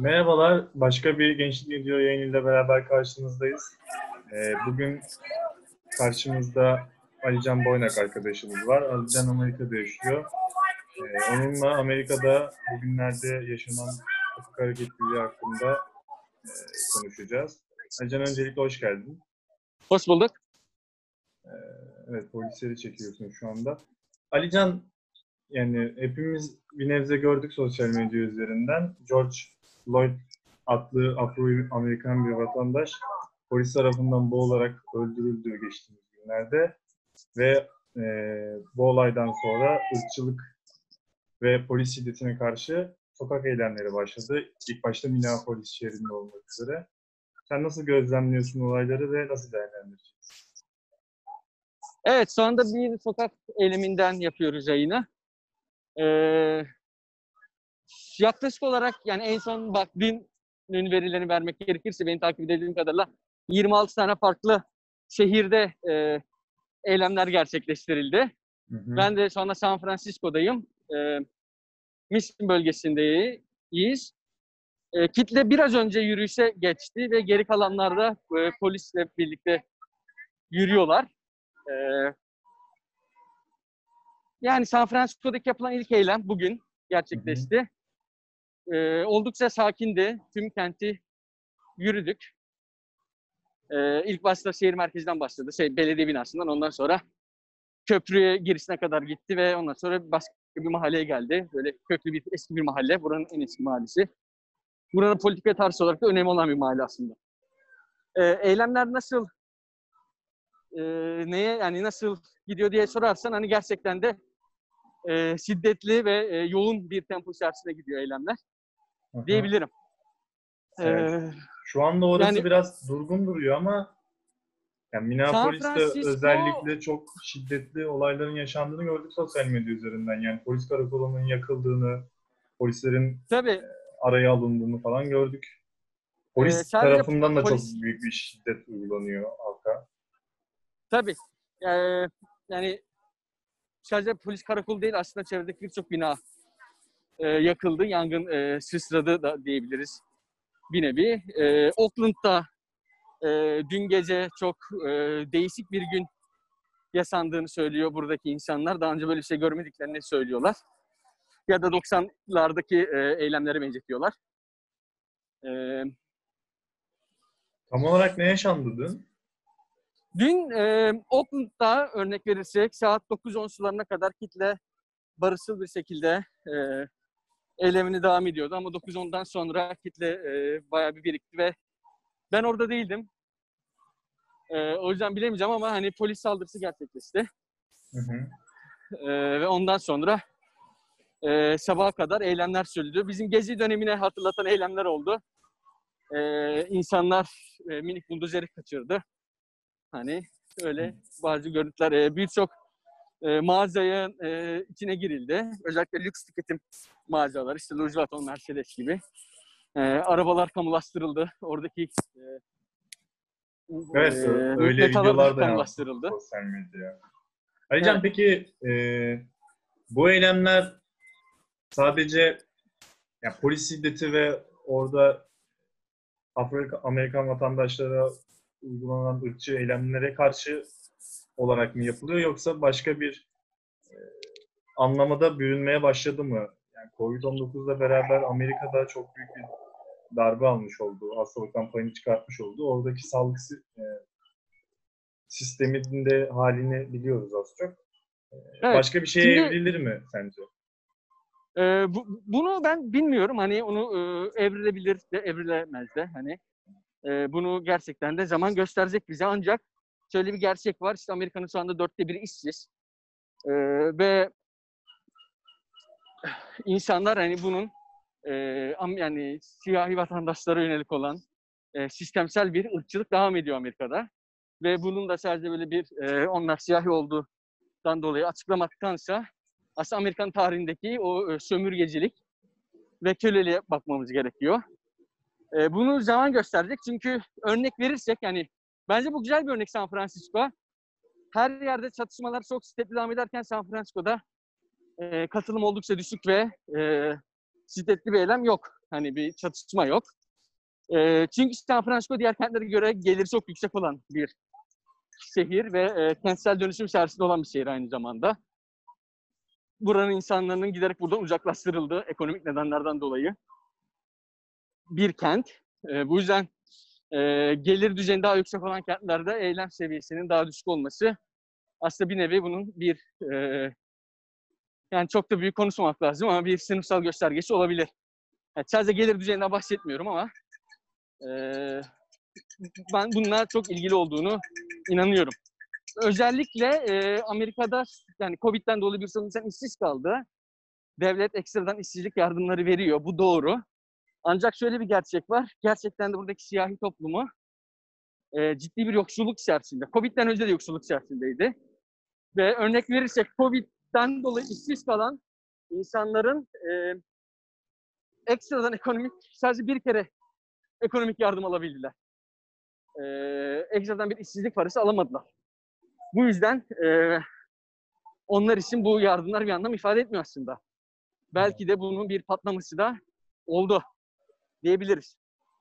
Merhabalar, başka bir Gençlik Video yayınıyla beraber karşınızdayız. Bugün karşımızda Alican Boynak arkadaşımız var. Alican Amerika'da yaşıyor. Onunla Amerika'da bugünlerde yaşanan hukuk hareketliliği hakkında konuşacağız. Alican, öncelikle hoş geldin. Hoş bulduk. Evet, polisleri çekiyorsun şu anda. Alican, yani hepimiz bir nebze gördük sosyal medya üzerinden. George Floyd adlı Afro-Amerikan bir vatandaş polis tarafından boğularak öldürüldü geçtiğimiz günlerde ve bu olaydan sonra ırkçılık ve polis şiddetine karşı sokak eylemleri başladı. İlk başta Minneapolis şehrinde olmak üzere. Sen nasıl gözlemliyorsun olayları ve nasıl değerlendiriyorsun? Evet, şu anda bir sokak eyleminden yapıyoruz yayını. Yaklaşık olarak yani en son dün verilerini vermek gerekirse benim takip edildiğim kadarıyla 26 tane farklı şehirde eylemler gerçekleştirildi. Hı hı. Ben de şu anda San Francisco'dayım. Mission bölgesindeyiz. Kitle biraz önce yürüyüşe geçti ve geri kalanlar da polisle birlikte yürüyorlar. Yani San Francisco'daki yapılan ilk eylem bugün gerçekleşti. Oldukça sakindi. Tüm kenti yürüdük. İlk başta şehir merkezinden başladı. Belediye binasından. Ondan sonra köprüye girişine kadar gitti ve ondan sonra başka bir mahalleye geldi. Böyle köklü bir eski bir mahalle. Buranın en eski mahallesi. Buranın politika tarihi olarak da önemli olan bir mahalle aslında. Eylemler nasıl nasıl gidiyor diye sorarsan hani gerçekten de şiddetli ve yoğun bir tempo içerisinde gidiyor eylemler diyebilirim. Evet. Şu anda orası Yani biraz durgun duruyor ama yani San Minneapolis'te Francisco, özellikle çok şiddetli olayların yaşandığını gördük sosyal medya üzerinden. Yani polis karakolunun yakıldığını, polislerin tabii araya alındığını falan gördük. Polis sadece tarafından da çok polis, büyük bir şiddet uygulanıyor halka. tabii yani sadece polis karakolu değil, aslında çevredeki birçok bina yakıldı, yangın sıçradı da diyebiliriz bir nevi. Oakland'da dün gece çok değişik bir gün yaşandığını söylüyor buradaki insanlar. Daha önce böyle bir şey görmediklerini söylüyorlar. Ya da 90'lardaki eylemlere benzetiyorlar. Tam olarak ne yaşandı dün? Dün Oakland'da örnek verirsek saat 9-10 sularına kadar kitle barışçıl bir şekilde eylemini devam ediyordu. Ama 9-10'dan sonra kitle bayağı bir birikti ve ben orada değildim. O yüzden bilemeyeceğim ama hani polis saldırısı gerçekleşti. Hı hı. Ve ondan sonra sabaha kadar eylemler sürdü. Bizim gezi dönemine hatırlatan eylemler oldu. İnsanlar minik buldozeri kaçırdı. Hani öyle bazı görüntüler, birçok mağazanın içine girildi. Özellikle lüks tüketim mağazaları, işte Louis Vuitton, Mercedes gibi. Arabalar kamulaştırıldı. Oradaki Evet, öyle metalar da videolar da yansıdı kamulaştırıldı. sosyal medyaya. Alican, Evet. peki bu eylemler sadece yani polis şiddeti ve orada Amerikan vatandaşlara uygulanan ırkçı eylemlere karşı olarak mı yapılıyor, yoksa başka bir anlamada bürünmeye başladı mı? Yani Covid-19'la beraber Amerika'da çok büyük bir darbe almış oldu, hastalıktan payını çıkartmış oldu. Oradaki sağlık sisteminde halini biliyoruz az çok. Evet. Başka bir şeye Şimdi evrilir mi sence? bunu ben bilmiyorum. Hani onu evrilebilir de evrilemez de. Hani bunu gerçekten de zaman gösterecek bize. Ancak şöyle bir gerçek var. İşte Amerika'nın şu anda 1/4 işsiz. Ve insanlar hani bunun yani siyahi vatandaşlara yönelik olan sistemsel bir ırkçılık devam ediyor Amerika'da. Ve bunun da sadece böyle onlar siyahi olduğundan dolayı açıklamaktansa aslında Amerikan tarihindeki o sömürgecilik ve köleliğe bakmamız gerekiyor. Bunu zaman gösterecek. Çünkü örnek verirsek yani bence bu güzel bir örnek San Francisco. Her yerde çatışmalar çok şiddetli devam ederken San Francisco'da katılım oldukça düşük ve şiddetli bir eylem yok. Hani bir çatışma yok. Çünkü San Francisco diğer kentlere göre geliri çok yüksek olan bir şehir ve kentsel dönüşüm içerisinde olan bir şehir aynı zamanda. Buranın insanların giderek buradan uzaklaştırıldığı ekonomik nedenlerden dolayı bir kent. Bu yüzden gelir düzeyi daha yüksek olan kentlerde eylem seviyesinin daha düşük olması aslında bir nevi bunun bir yani çok da büyük konuşmamak lazım ama bir sınıfsal göstergesi olabilir. Yani sadece gelir düzeyinden bahsetmiyorum ama ben bununla çok ilgili olduğunu inanıyorum. Özellikle Amerika'da yani Covid'den dolayı bir sürü insan işsiz kaldı. Devlet ekstradan işsizlik yardımları veriyor. Bu doğru. Ancak şöyle bir gerçek var. Gerçekten de buradaki siyahi toplumu ciddi bir yoksulluk içerisinde. Covid'den önce de yoksulluk içerisindeydi. Ve örnek verirsek Covid'den dolayı işsiz kalan insanların ekstradan sadece bir kere ekonomik yardım alabildiler. Ekstradan bir işsizlik parası alamadılar. Bu yüzden onlar için bu yardımlar bir anlam ifade etmiyor aslında. Belki de bunun bir patlaması da oldu diyebiliriz.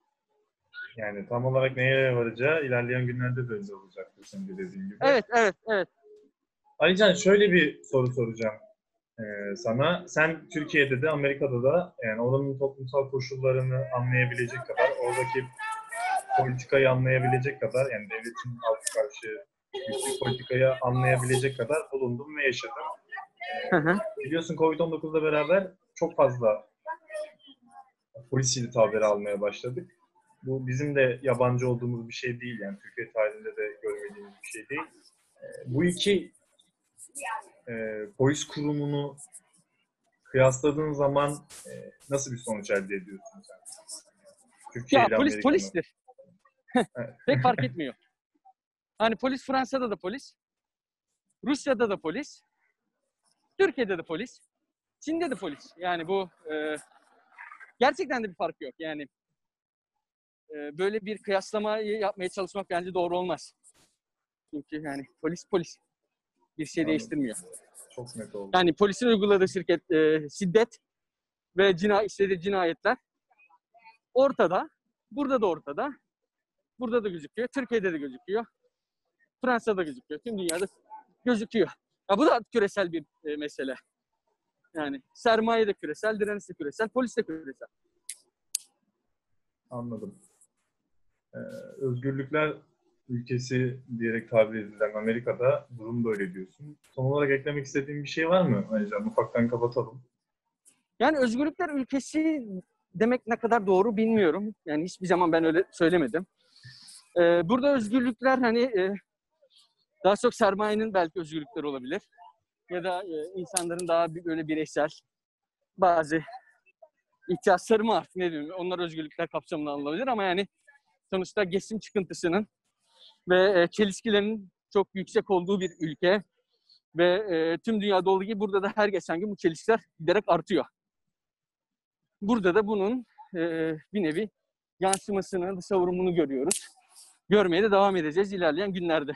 Yani tam olarak neye varacağı ilerleyen günlerde de öyle olacaktır senin de dediğin gibi. Evet. Alican şöyle bir soru soracağım sana. Sen Türkiye'de de Amerika'da da yani oranın toplumsal koşullarını anlayabilecek kadar, oradaki politikayı anlayabilecek kadar yani devletin halka karşı güçlü politikayı anlayabilecek kadar bulundum ve yaşadım. Biliyorsun Covid-19'la beraber çok fazla polis şiddet haberi almaya başladık. Bu bizim de yabancı olduğumuz bir şey değil yani Türkiye tarihinde de görmediğimiz bir şey değil. Bu iki polis kurumunu kıyasladığın zaman nasıl bir sonuç elde ediyorsun sen? Türkiye Ya ile polis Amerika'nın. polistir. Evet. Pek fark etmiyor. Hani polis Fransa'da da polis, Rusya'da da polis, Türkiye'de de polis, Çin'de de polis. Yani bu gerçekten de bir fark yok. Yani böyle bir kıyaslamayı yapmaya çalışmak bence doğru olmaz. Çünkü yani polis bir şey Anladım. değiştirmiyor. Çok net oldu. Yani polisin uyguladığı şiddet ve işlediği cinayetler ortada. Burada da ortada. Burada da gözüküyor. Türkiye'de de gözüküyor. Fransa'da gözüküyor. Tüm dünyada gözüküyor. Ya bu da küresel bir mesele. Yani sermaye de küresel, direniş de küresel, polis de küresel. Anladım. Özgürlükler ülkesi diyerek tabir edilen Amerika'da durum böyle diyorsun. Son olarak eklemek istediğin bir şey var mı? Ayrıca ufaktan kapatalım. Yani özgürlükler ülkesi demek ne kadar doğru bilmiyorum. Yani hiçbir zaman ben öyle söylemedim. Burada özgürlükler hani daha çok sermayenin belki özgürlükleri olabilir. Ya da insanların daha böyle bireysel bazı ihtiyaçları mı artık ne diyeyim onlar özgürlükler kapsamında alınabilir ama yani sonuçta geçim çıkıntısının ve çelişkilerin çok yüksek olduğu bir ülke ve tüm dünyada olduğu gibi burada da her geçen gün bu çelişkiler giderek artıyor. Burada da bunun bir nevi yansımasını, savurumunu görüyoruz. Görmeye de devam edeceğiz ilerleyen günlerde.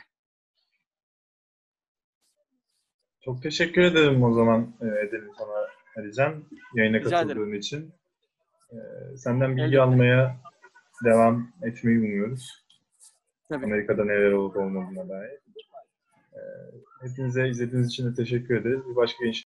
Çok teşekkür ederim o zaman edelim sana Alican yayına Rica ederim. katıldığın için. Senden bilgi Elbette. almaya devam etmeyi umuyoruz. Tabii. Amerika'da neler olup olmadığına dair. Hepinize izlediğiniz için de teşekkür ederiz. Bir başka